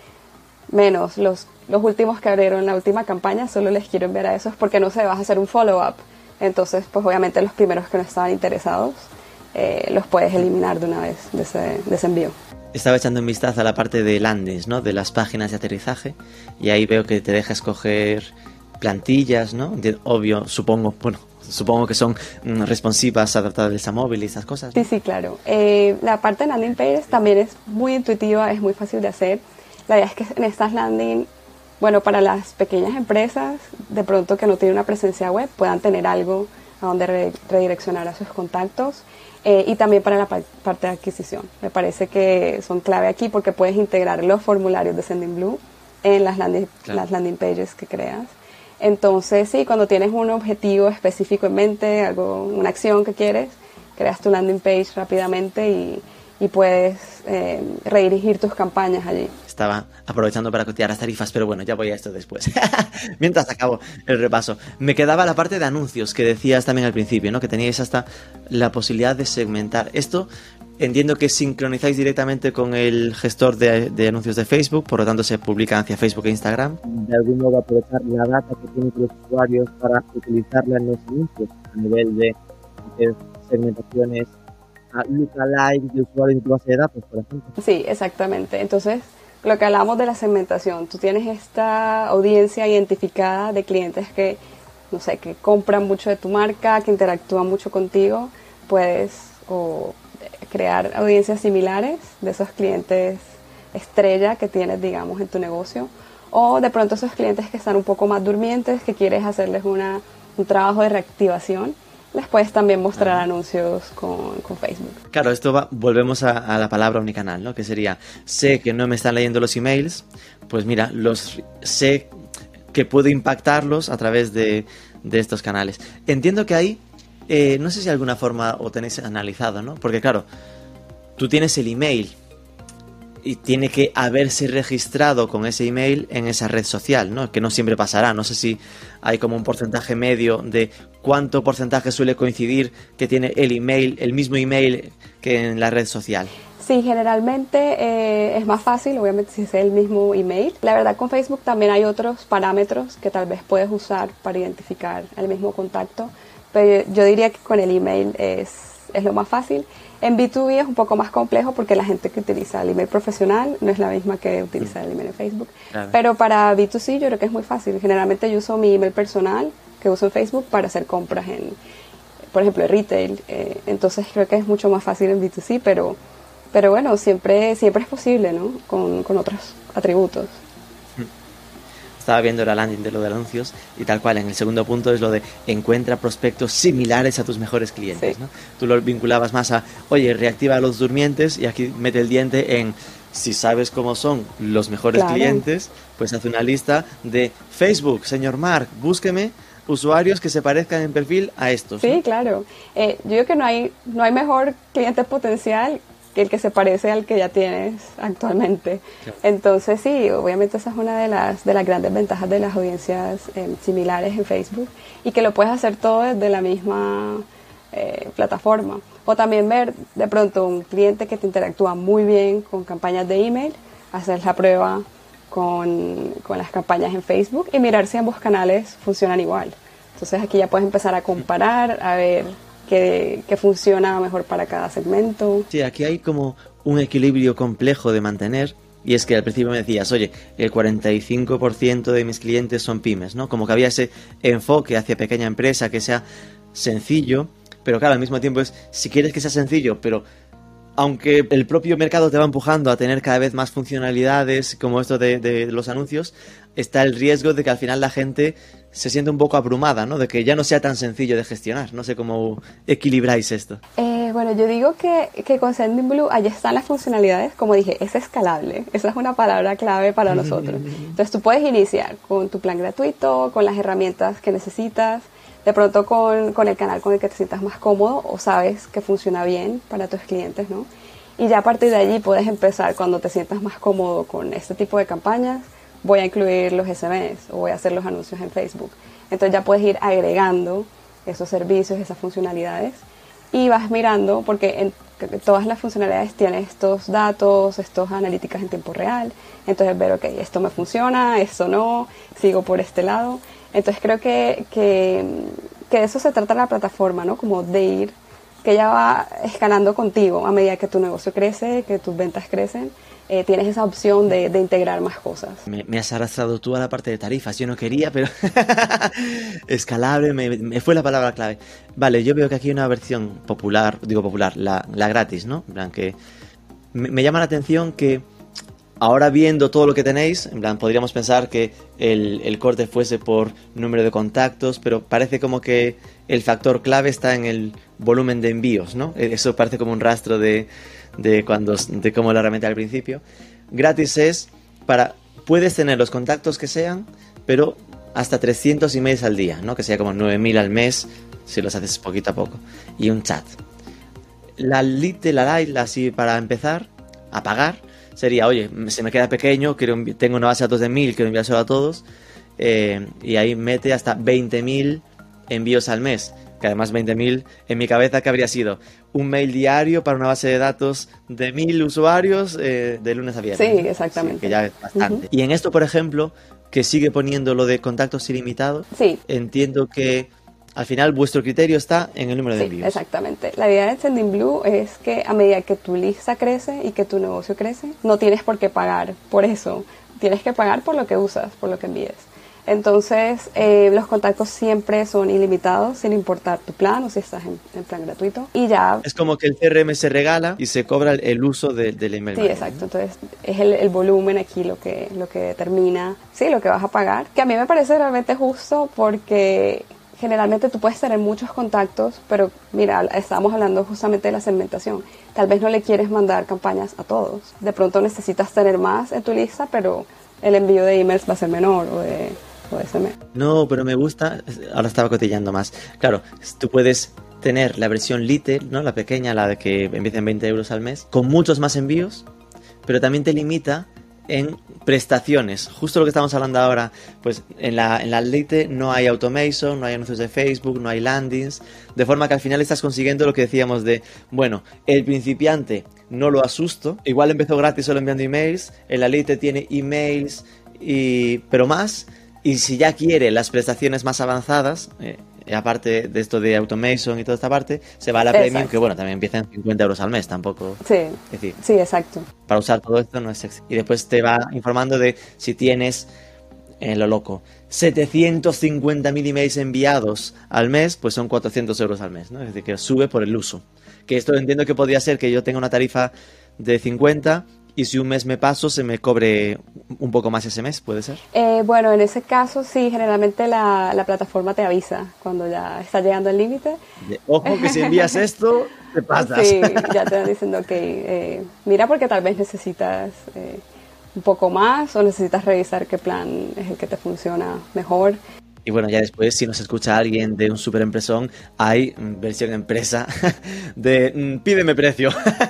Speaker 3: menos los, los últimos que abrieron la última campaña, solo les quiero enviar a esos porque no se vas a hacer un follow-up. Entonces, pues obviamente los primeros que no estaban interesados eh, los puedes eliminar de una vez de ese, de ese envío.
Speaker 1: Estaba echando un vistazo a la parte de landings, ¿no? De las páginas de aterrizaje y ahí veo que te deja escoger plantillas, ¿no? De, obvio, supongo, bueno, supongo que son mm, responsivas, adaptables a móvil y esas cosas, ¿no?
Speaker 3: Sí, sí, claro. Eh, la parte de landing pages también es muy intuitiva, es muy fácil de hacer. La idea es que en estas landing, bueno, para las pequeñas empresas, de pronto que no tienen una presencia web, puedan tener algo a donde re redireccionar a sus contactos eh, y también para la pa parte de adquisición. Me parece que son clave aquí porque puedes integrar los formularios de Sendinblue en las landing, claro. las landing pages que creas. Entonces, sí, cuando tienes un objetivo específico en mente, algo, una acción que quieres, creas tu landing page rápidamente y, y puedes eh, redirigir tus campañas allí.
Speaker 1: Estaba aprovechando para cotear las tarifas, pero bueno, ya voy a esto después. Mientras acabo el repaso. Me quedaba la parte de anuncios que decías también al principio, ¿no? Que teníais hasta la posibilidad de segmentar. Esto entiendo que sincronizáis directamente con el gestor de, de anuncios de Facebook, por lo tanto se publica hacia Facebook e Instagram. De algún modo aprovechar la data que tienen los usuarios para utilizarla en los anuncios a nivel de hacer segmentaciones a lookalike de usuarios de tu base de datos, por ejemplo.
Speaker 3: Sí, exactamente. Entonces, lo que hablamos de la segmentación, tú tienes esta audiencia identificada de clientes que, no sé, que compran mucho de tu marca, que interactúan mucho contigo, puedes o crear audiencias similares de esos clientes estrella que tienes, digamos, en tu negocio, o de pronto esos clientes que están un poco más durmientes, que quieres hacerles una, un trabajo de reactivación. Les puedes también mostrar anuncios con, con Facebook.
Speaker 1: Claro, esto va, volvemos a, a la palabra omnicanal, ¿no? Que sería, sé que no me están leyendo los emails, pues mira, los sé que puedo impactarlos a través de, de estos canales. Entiendo que ahí, eh, no sé si de alguna forma o tenéis analizado, ¿no? Porque claro, tú tienes el email y tiene que haberse registrado con ese email en esa red social, ¿no? Que no siempre pasará. No sé si hay como un porcentaje medio de cuánto porcentaje suele coincidir que tiene el email, el mismo email que en la red social.
Speaker 3: Sí, generalmente eh, es más fácil, obviamente, si es el mismo email. La verdad, con Facebook también hay otros parámetros que tal vez puedes usar para identificar el mismo contacto, pero yo diría que con el email es, es lo más fácil. En B dos B es un poco más complejo porque la gente que utiliza el email profesional no es la misma que utiliza el email en Facebook. Claro. Pero para B dos C yo creo que es muy fácil. Generalmente yo uso mi email personal que uso en Facebook para hacer compras en, por ejemplo, en retail. Eh, entonces creo que es mucho más fácil en B dos C, pero, pero bueno, siempre, siempre es posible, ¿no? Con, con otros atributos.
Speaker 1: Estaba viendo la landing de lo de anuncios y tal cual, en el segundo punto es lo de encuentra prospectos similares a tus mejores clientes, sí. ¿no? Tú lo vinculabas más a, oye, reactiva a los durmientes y aquí mete el diente en, si sabes cómo son los mejores claro. clientes, pues haz una lista de Facebook, señor Mark, búsqueme usuarios que se parezcan en perfil a estos.
Speaker 3: Sí,
Speaker 1: ¿no?
Speaker 3: claro. Eh, yo creo que no hay, no hay mejor cliente potencial que el que se parece al que ya tienes actualmente. Claro. Entonces sí, obviamente esa es una de las, de las grandes ventajas de las audiencias eh, similares en Facebook, y que lo puedes hacer todo desde la misma eh, plataforma. O también ver de pronto un cliente que te interactúa muy bien con campañas de email, hacer la prueba con, con las campañas en Facebook y mirar si ambos canales funcionan igual. Entonces aquí ya puedes empezar a comparar, a ver qué, qué funciona mejor para cada segmento.
Speaker 1: Sí, aquí hay como un equilibrio complejo de mantener, y es que al principio me decías, oye, el cuarenta y cinco por ciento de mis clientes son pymes, ¿no? Como que había ese enfoque hacia pequeña empresa, que sea sencillo, pero claro, al mismo tiempo es, si quieres que sea sencillo, pero aunque el propio mercado te va empujando a tener cada vez más funcionalidades, como esto de, de los anuncios, está el riesgo de que al final la gente se siente un poco abrumada, ¿no? De que ya no sea tan sencillo de gestionar. No sé cómo equilibráis esto.
Speaker 3: Eh, bueno, yo digo que, que con Sendinblue allí están las funcionalidades. Como dije, es escalable. Esa es una palabra clave para nosotros. Entonces tú puedes iniciar con tu plan gratuito, con las herramientas que necesitas, de pronto con, con el canal con el que te sientas más cómodo o sabes que funciona bien para tus clientes, ¿no? Y ya a partir de allí puedes empezar, cuando te sientas más cómodo con este tipo de campañas, voy a incluir los S M S o voy a hacer los anuncios en Facebook. Entonces ya puedes ir agregando esos servicios, esas funcionalidades, y vas mirando, porque en todas las funcionalidades tienen estos datos, estos analíticas en tiempo real. Entonces ver, ok, esto me funciona, esto no, sigo por este lado. Entonces creo que, que, que de eso se trata la plataforma, ¿no? Como de ir, que ella va escalando contigo a medida que tu negocio crece, que tus ventas crecen. Eh, tienes esa opción de, de integrar más cosas.
Speaker 1: Me, me has arrastrado tú a la parte de tarifas. Yo no quería, pero escalable, me, me fue la palabra clave. Vale, yo veo que aquí hay una versión popular, digo popular, la, la gratis, ¿no? En plan que me, me llama la atención que ahora, viendo todo lo que tenéis, en plan, podríamos pensar que el, el corte fuese por número de contactos, pero parece como que el factor clave está en el volumen de envíos, ¿no? Eso parece como un rastro de, de, cuando, de cómo la herramienta al principio. Gratis es para, puedes tener los contactos que sean, pero hasta trescientos emails al día, ¿no? Que sea como nueve mil al mes, si los haces poquito a poco. Y un chat. La Lite, la Lite, así para empezar, a pagar, sería, oye, se me queda pequeño, quiero envi- tengo una base de datos de mil, quiero enviárselo a todos, eh, y ahí mete hasta veinte mil envíos al mes, que además veinte mil en mi cabeza que habría sido un mail diario para una base de datos de mil usuarios eh, de lunes a viernes.
Speaker 3: Sí, exactamente.
Speaker 1: Sí, que ya es bastante.
Speaker 3: Uh-huh.
Speaker 1: Y en esto, por ejemplo, que sigue poniendo lo de contactos ilimitados,
Speaker 3: sí.
Speaker 1: Entiendo que al final vuestro criterio está en el número de
Speaker 3: sí,
Speaker 1: envíos.
Speaker 3: Exactamente. La idea de Sendinblue es que a medida que tu lista crece y que tu negocio crece, no tienes por qué pagar por eso. Tienes que pagar por lo que usas, por lo que envíes. Entonces, eh, los contactos siempre son ilimitados, sin importar tu plan o si estás en, en plan gratuito. Y ya...
Speaker 1: Es como que el C R M se regala y se cobra el, el uso de, del email.
Speaker 3: Sí, exacto. Entonces, es el, el volumen aquí lo que, lo que determina, sí, lo que vas a pagar. Que a mí me parece realmente justo porque generalmente tú puedes tener muchos contactos, pero mira, estábamos hablando justamente de la segmentación. Tal vez no le quieres mandar campañas a todos. De pronto necesitas tener más en tu lista, pero el envío de emails va a ser menor o de...
Speaker 1: No, pero me gusta, ahora estaba cotillando más. Claro, tú puedes tener la versión Lite, ¿no? La pequeña, la de que empieza en veinte euros al mes, con muchos más envíos, pero también te limita en prestaciones. Justo lo que estamos hablando ahora, pues en la, en la Lite no hay automation, no hay anuncios de Facebook, no hay landings, de forma que al final estás consiguiendo lo que decíamos de, bueno, el principiante no lo asusto, igual empezó gratis solo enviando emails, en la Lite tiene emails, y pero más... Y si ya quiere las prestaciones más avanzadas, eh, aparte de esto de automation y toda esta parte, se va a la
Speaker 3: exacto.
Speaker 1: Premium, que bueno, también empieza en cincuenta euros al mes, tampoco.
Speaker 3: Sí,
Speaker 1: es decir,
Speaker 3: sí, exacto.
Speaker 1: Para usar todo esto no es sexy. Y después te va informando de si tienes, eh, lo loco, setecientos cincuenta mil emails enviados al mes, pues son cuatrocientos euros al mes, ¿no? Es decir, que sube por el uso. Que esto entiendo que podría ser que yo tenga una tarifa de cincuenta... Y si un mes me paso, se me cobre un poco más ese mes, ¿puede ser?
Speaker 3: Eh, bueno, en ese caso sí, generalmente la, la plataforma te avisa cuando ya está llegando el límite.
Speaker 1: Ojo que si envías esto, te pasas.
Speaker 3: Sí, ya te van diciendo, ok, eh, mira porque tal vez necesitas eh, un poco más o necesitas revisar qué plan es el que te funciona mejor.
Speaker 1: Y bueno, ya después, si nos escucha alguien de un super empresón, hay versión empresa de mm, pídeme precio.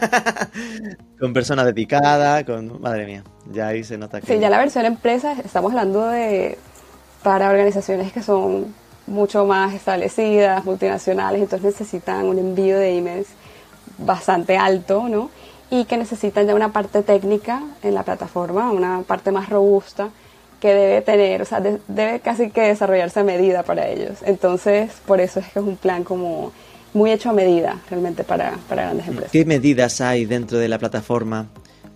Speaker 1: Con persona dedicada, con... Madre mía, ya ahí se nota que...
Speaker 3: Sí, ya la versión empresa, estamos hablando de... para organizaciones que son mucho más establecidas, multinacionales, entonces necesitan un envío de emails bastante alto, ¿no? Y que necesitan ya una parte técnica en la plataforma, una parte más robusta, que debe tener, o sea, de, debe casi que desarrollarse a medida para ellos. Entonces, por eso es que es un plan como muy hecho a medida, realmente, para, para grandes empresas.
Speaker 1: ¿Qué medidas hay dentro de la plataforma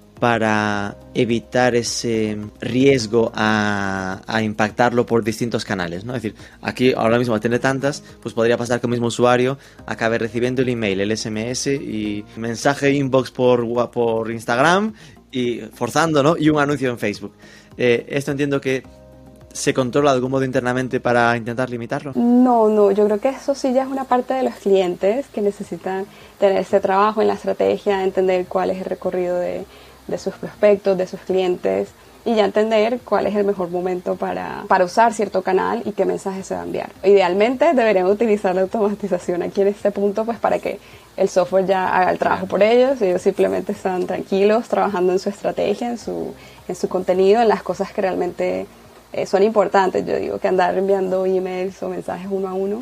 Speaker 1: para evitar ese riesgo a, a impactarlo por distintos canales, ¿no? Es decir, aquí ahora mismo al tener tantas, pues podría pasar que el mismo usuario acabe recibiendo el email, el S M S y mensaje inbox por, por Instagram y forzando, ¿no? Y un anuncio en Facebook. Eh, esto entiendo que se controla de algún modo internamente para intentar limitarlo.
Speaker 3: No, no, yo creo que eso sí ya es una parte de los clientes que necesitan tener este trabajo en la estrategia, entender cuál es el recorrido de, de sus prospectos, de sus clientes y ya entender cuál es el mejor momento para, para usar cierto canal y qué mensaje se va a enviar. Idealmente deberían utilizar la automatización aquí en este punto pues para que el software ya haga el trabajo por ellos y ellos simplemente están tranquilos trabajando en su estrategia, en su, en su contenido, en las cosas que realmente eh, son importantes. Yo digo que andar enviando emails o mensajes uno a uno.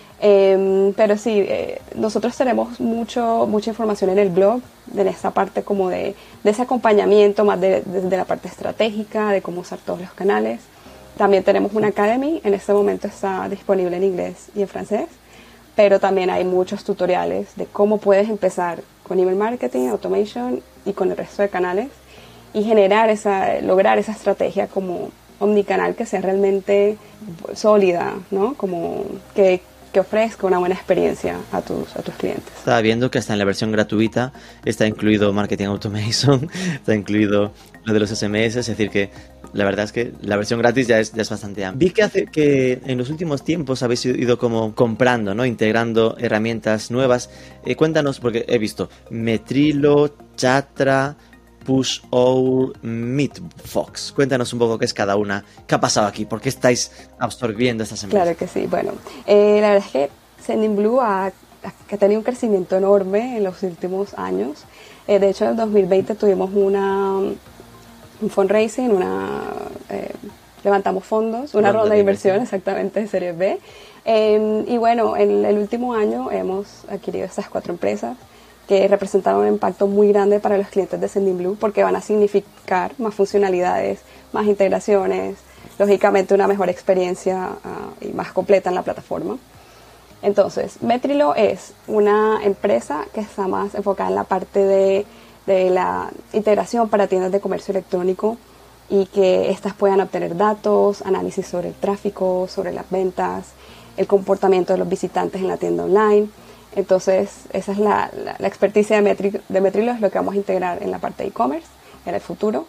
Speaker 3: Eh, pero sí, eh, nosotros tenemos mucho, mucha información en el blog, en esta parte como de, de ese acompañamiento más de, de, de la parte estratégica, de cómo usar todos los canales. También tenemos una academy, en este momento está disponible en inglés y en francés, pero también hay muchos tutoriales de cómo puedes empezar con email marketing, automation y con el resto de canales y generar esa, lograr esa estrategia como omnicanal que sea realmente sólida, ¿no? Como que que ofrezca una buena experiencia a tus, a tus clientes.
Speaker 1: Estaba viendo que hasta en la versión gratuita está incluido Marketing Automation, está incluido lo de los S M S, es decir que la verdad es que la versión gratis ya es, ya es bastante amplia. Vi que hace que en los últimos tiempos habéis ido como comprando, ¿no? Integrando herramientas nuevas. Eh, cuéntanos, porque he visto Metrilo, Chatra, Pushowl, Meetfox. Cuéntanos un poco qué es cada una, qué ha pasado aquí, por qué estáis absorbiendo estas empresas.
Speaker 3: Claro que sí, bueno, eh, la verdad es que Sendinblue ha, ha tenido un crecimiento enorme en los últimos años. Eh, de hecho, en el dos mil veinte tuvimos una, un fundraising, una, eh, levantamos fondos, una ronda, ronda de inversión, inversión, exactamente, de Series B. Eh, y bueno, en el último año hemos adquirido estas cuatro empresas que representaron un impacto muy grande para los clientes de Sendinblue porque van a significar más funcionalidades, más integraciones, lógicamente una mejor experiencia uh, y más completa en la plataforma. Entonces, Metrilo es una empresa que está más enfocada en la parte de, de la integración para tiendas de comercio electrónico y que éstas puedan obtener datos, análisis sobre el tráfico, sobre las ventas, el comportamiento de los visitantes en la tienda online. Entonces, esa es la, la, la experticia de, Metri, de Metrilo, es lo que vamos a integrar en la parte de e-commerce en el futuro.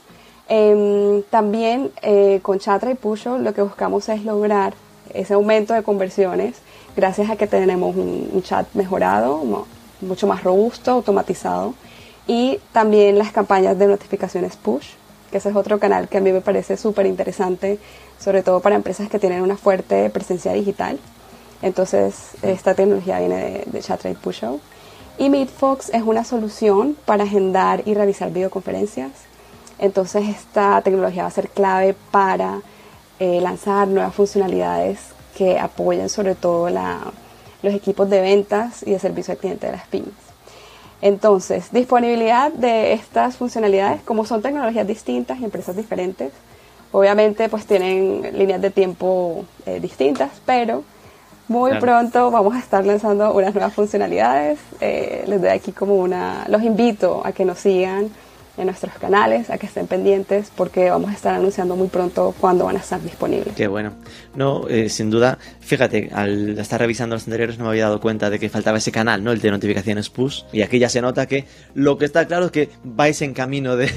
Speaker 3: Eh, también eh, con Chatra y Pushowl lo que buscamos es lograr ese aumento de conversiones gracias a que tenemos un, un chat mejorado, mucho más robusto, automatizado, y también las campañas de notificaciones push, que ese es otro canal que a mí me parece súper interesante, sobre todo para empresas que tienen una fuerte presencia digital. Entonces, esta tecnología viene de, de Chatra y Pushowl. Y Meetfox es una solución para agendar y realizar videoconferencias. Entonces, esta tecnología va a ser clave para eh, lanzar nuevas funcionalidades que apoyen sobre todo la, los equipos de ventas y de servicio al cliente de las pymes. Entonces, disponibilidad de estas funcionalidades, como son tecnologías distintas y empresas diferentes, obviamente pues tienen líneas de tiempo eh, distintas, pero muy claro. Pronto vamos a estar lanzando unas nuevas funcionalidades. Eh, les doy aquí como una... Los invito a que nos sigan en nuestros canales, a que estén pendientes, porque vamos a estar anunciando muy pronto cuándo van a estar disponibles.
Speaker 1: Qué bueno. No, eh, sin duda, fíjate, al estar revisando los anteriores no me había dado cuenta de que faltaba ese canal, ¿no? El de notificaciones push. Y aquí ya se nota que lo que está claro es que vais en camino de,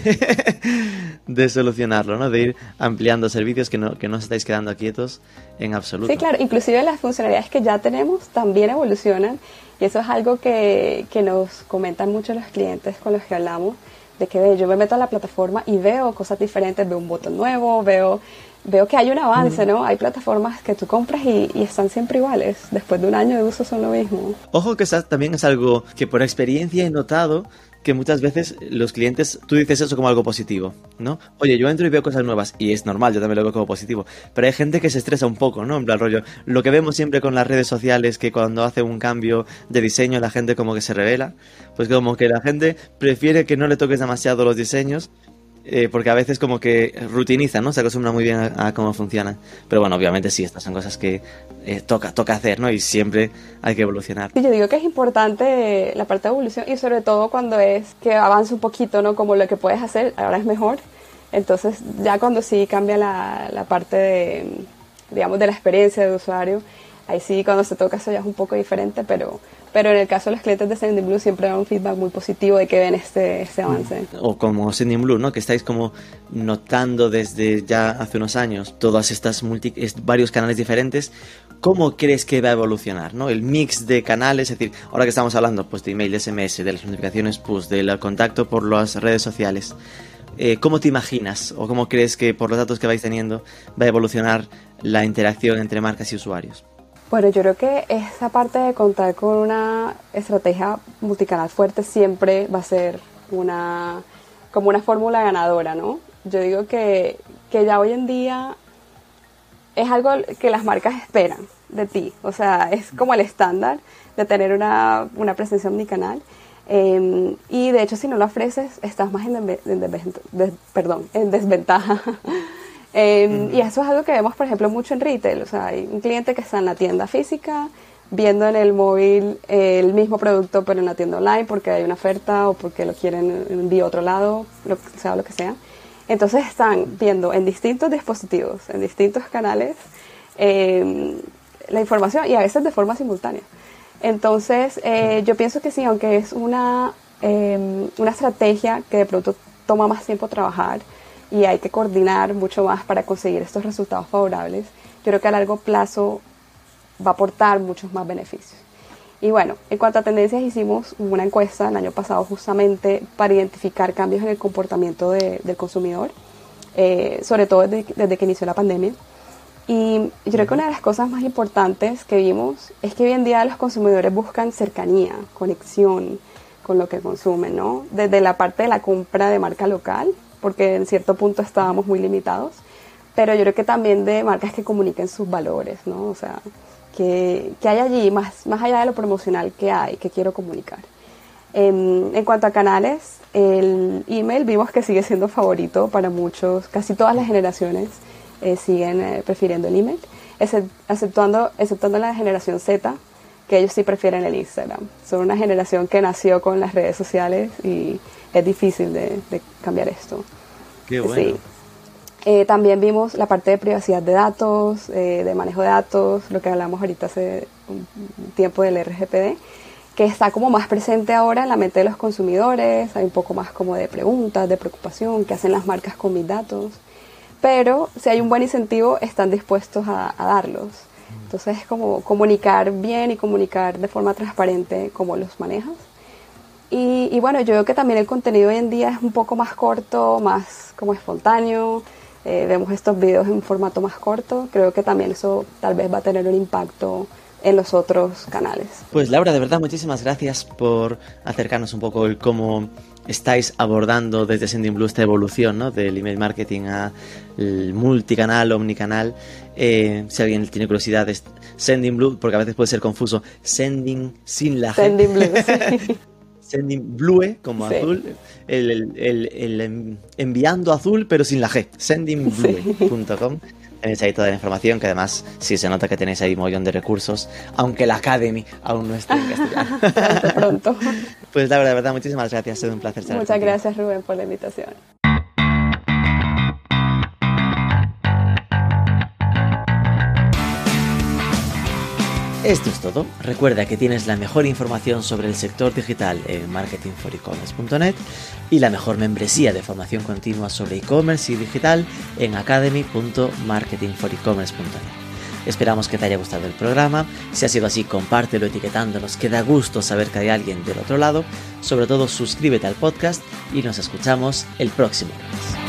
Speaker 1: de solucionarlo, ¿no? De ir ampliando servicios, que no, que no os estáis quedando quietos en absoluto.
Speaker 3: Sí, claro. Inclusive las funcionalidades que ya tenemos también evolucionan. Y eso es algo que, que nos comentan mucho los clientes con los que hablamos. de que ve, yo me meto a la plataforma y veo cosas diferentes, veo un botón nuevo, veo, veo que hay un avance, ¿no? Hay plataformas que tú compras y, y están siempre iguales, después de un año de uso son lo mismo.
Speaker 1: Ojo que eso también es algo que por experiencia he notado, que muchas veces los clientes, tú dices eso como algo positivo, ¿no? Oye, yo entro y veo cosas nuevas, y es normal, yo también lo veo como positivo, pero hay gente que se estresa un poco, ¿no? En plan rollo, lo que vemos siempre con las redes sociales, que cuando hace un cambio de diseño la gente como que se revela, pues como que la gente prefiere que no le toques demasiado los diseños, eh, porque a veces como que rutiniza, ¿no? Se acostumbra muy bien a, a cómo funcionan. Pero bueno, obviamente sí, estas son cosas que eh, toca, toca hacer, ¿no? Y siempre hay que evolucionar.
Speaker 3: Sí, yo digo que es importante la parte de evolución y sobre todo cuando es que avanza un poquito, ¿no? Como lo que puedes hacer, ahora es mejor. Entonces ya cuando sí cambia la, la parte de, digamos, de la experiencia de usuario, ahí sí cuando se toca eso ya es un poco diferente, pero... Pero en el caso de los clientes de Sendinblue siempre dan un feedback muy positivo de que ven este, este avance.
Speaker 1: O como Sendinblue, ¿no? Que estáis como notando desde ya hace unos años todas estas multi, varios canales diferentes. ¿Cómo crees que va a evolucionar, ¿no? El mix de canales, es decir, ahora que estamos hablando pues de email, de S M S, de las notificaciones push, del contacto por las redes sociales. Eh, ¿Cómo te imaginas o cómo crees que por los datos que vais teniendo va a evolucionar la interacción entre marcas y usuarios?
Speaker 3: Bueno, yo creo que esa parte de contar con una estrategia multicanal fuerte siempre va a ser una como una fórmula ganadora, ¿no? Yo digo que, que ya hoy en día es algo que las marcas esperan de ti, o sea, es como el estándar de tener una, una presencia omnicanal. Eh, y de hecho si no lo ofreces estás más en, de, en, de, de, perdón, en desventaja. Eh, uh-huh. Y eso es algo que vemos, por ejemplo, mucho en retail. O sea, hay un cliente que está en la tienda física, viendo en el móvil eh, el mismo producto, pero en la tienda online, porque hay una oferta o porque lo quieren enviar a otro lado, lo que sea, lo que sea. Entonces están viendo en distintos dispositivos, en distintos canales, eh, la información y a veces de forma simultánea. Entonces, eh, yo pienso que sí, aunque es una, eh, una estrategia que de pronto toma más tiempo trabajar, y hay que coordinar mucho más para conseguir estos resultados favorables, yo creo que a largo plazo va a aportar muchos más beneficios. Y bueno, en cuanto a tendencias, hicimos una encuesta el año pasado justamente para identificar cambios en el comportamiento de, del consumidor, eh, sobre todo desde, desde que inició la pandemia. Y yo creo que una de las cosas más importantes que vimos es que hoy en día los consumidores buscan cercanía, conexión con lo que consumen, ¿no? Desde la parte de la compra de marca local, porque en cierto punto estábamos muy limitados, pero yo creo que también de marcas que comuniquen sus valores, ¿no? O sea, que, que hay allí, más, más allá de lo promocional que hay, que quiero comunicar. En, en cuanto a canales, el email vimos que sigue siendo favorito para muchos, casi todas las generaciones eh, siguen eh, prefiriendo el email, exceptuando, exceptuando la generación Z, que ellos sí prefieren el Instagram. Son una generación que nació con las redes sociales y es difícil de, de cambiar esto.
Speaker 1: Qué bueno.
Speaker 3: Sí. Eh, también vimos la parte de privacidad de datos, eh, de manejo de datos, lo que hablamos ahorita hace un tiempo del R G P D, que está como más presente ahora en la mente de los consumidores. Hay un poco más como de preguntas, de preocupación, qué hacen las marcas con mis datos. Pero si hay un buen incentivo, están dispuestos a, a darlos. Entonces es como comunicar bien y comunicar de forma transparente cómo los manejas. Y, y bueno, yo creo que también el contenido hoy en día es un poco más corto, más como espontáneo. Eh, vemos estos videos en formato más corto. Creo que también eso tal vez va a tener un impacto en los otros canales.
Speaker 1: Pues Laura, de verdad, muchísimas gracias por acercarnos un poco el cómo estáis abordando desde Sendinblue esta evolución, ¿no? Del email marketing al multicanal, omnicanal. Eh, si alguien tiene curiosidad, es Sendinblue, porque a veces puede ser confuso. Sending sin la G.
Speaker 3: Sendinblue, sí.
Speaker 1: Sendinblue, como sí. Azul, el, el, el, el enviando azul, pero sin la G. Sendinblue punto com. Sí. Tenéis ahí toda la información, que además sí se nota que tenéis ahí un montón de recursos, aunque la Academy aún no esté en castellano.
Speaker 3: Pronto, pronto.
Speaker 1: Pues Laura, de verdad, muchísimas gracias. Ha sido un placer estar
Speaker 3: Muchas contigo. Gracias, Rubén, por la invitación.
Speaker 1: Esto es todo. Recuerda que tienes la mejor información sobre el sector digital en marketing for e commerce punto net y la mejor membresía de formación continua sobre e-commerce y digital en academy punto marketing for e commerce punto net. Esperamos que te haya gustado el programa. Si ha sido así, compártelo etiquetándonos, que da gusto saber que hay alguien del otro lado. Sobre todo, suscríbete al podcast y nos escuchamos el próximo lunes.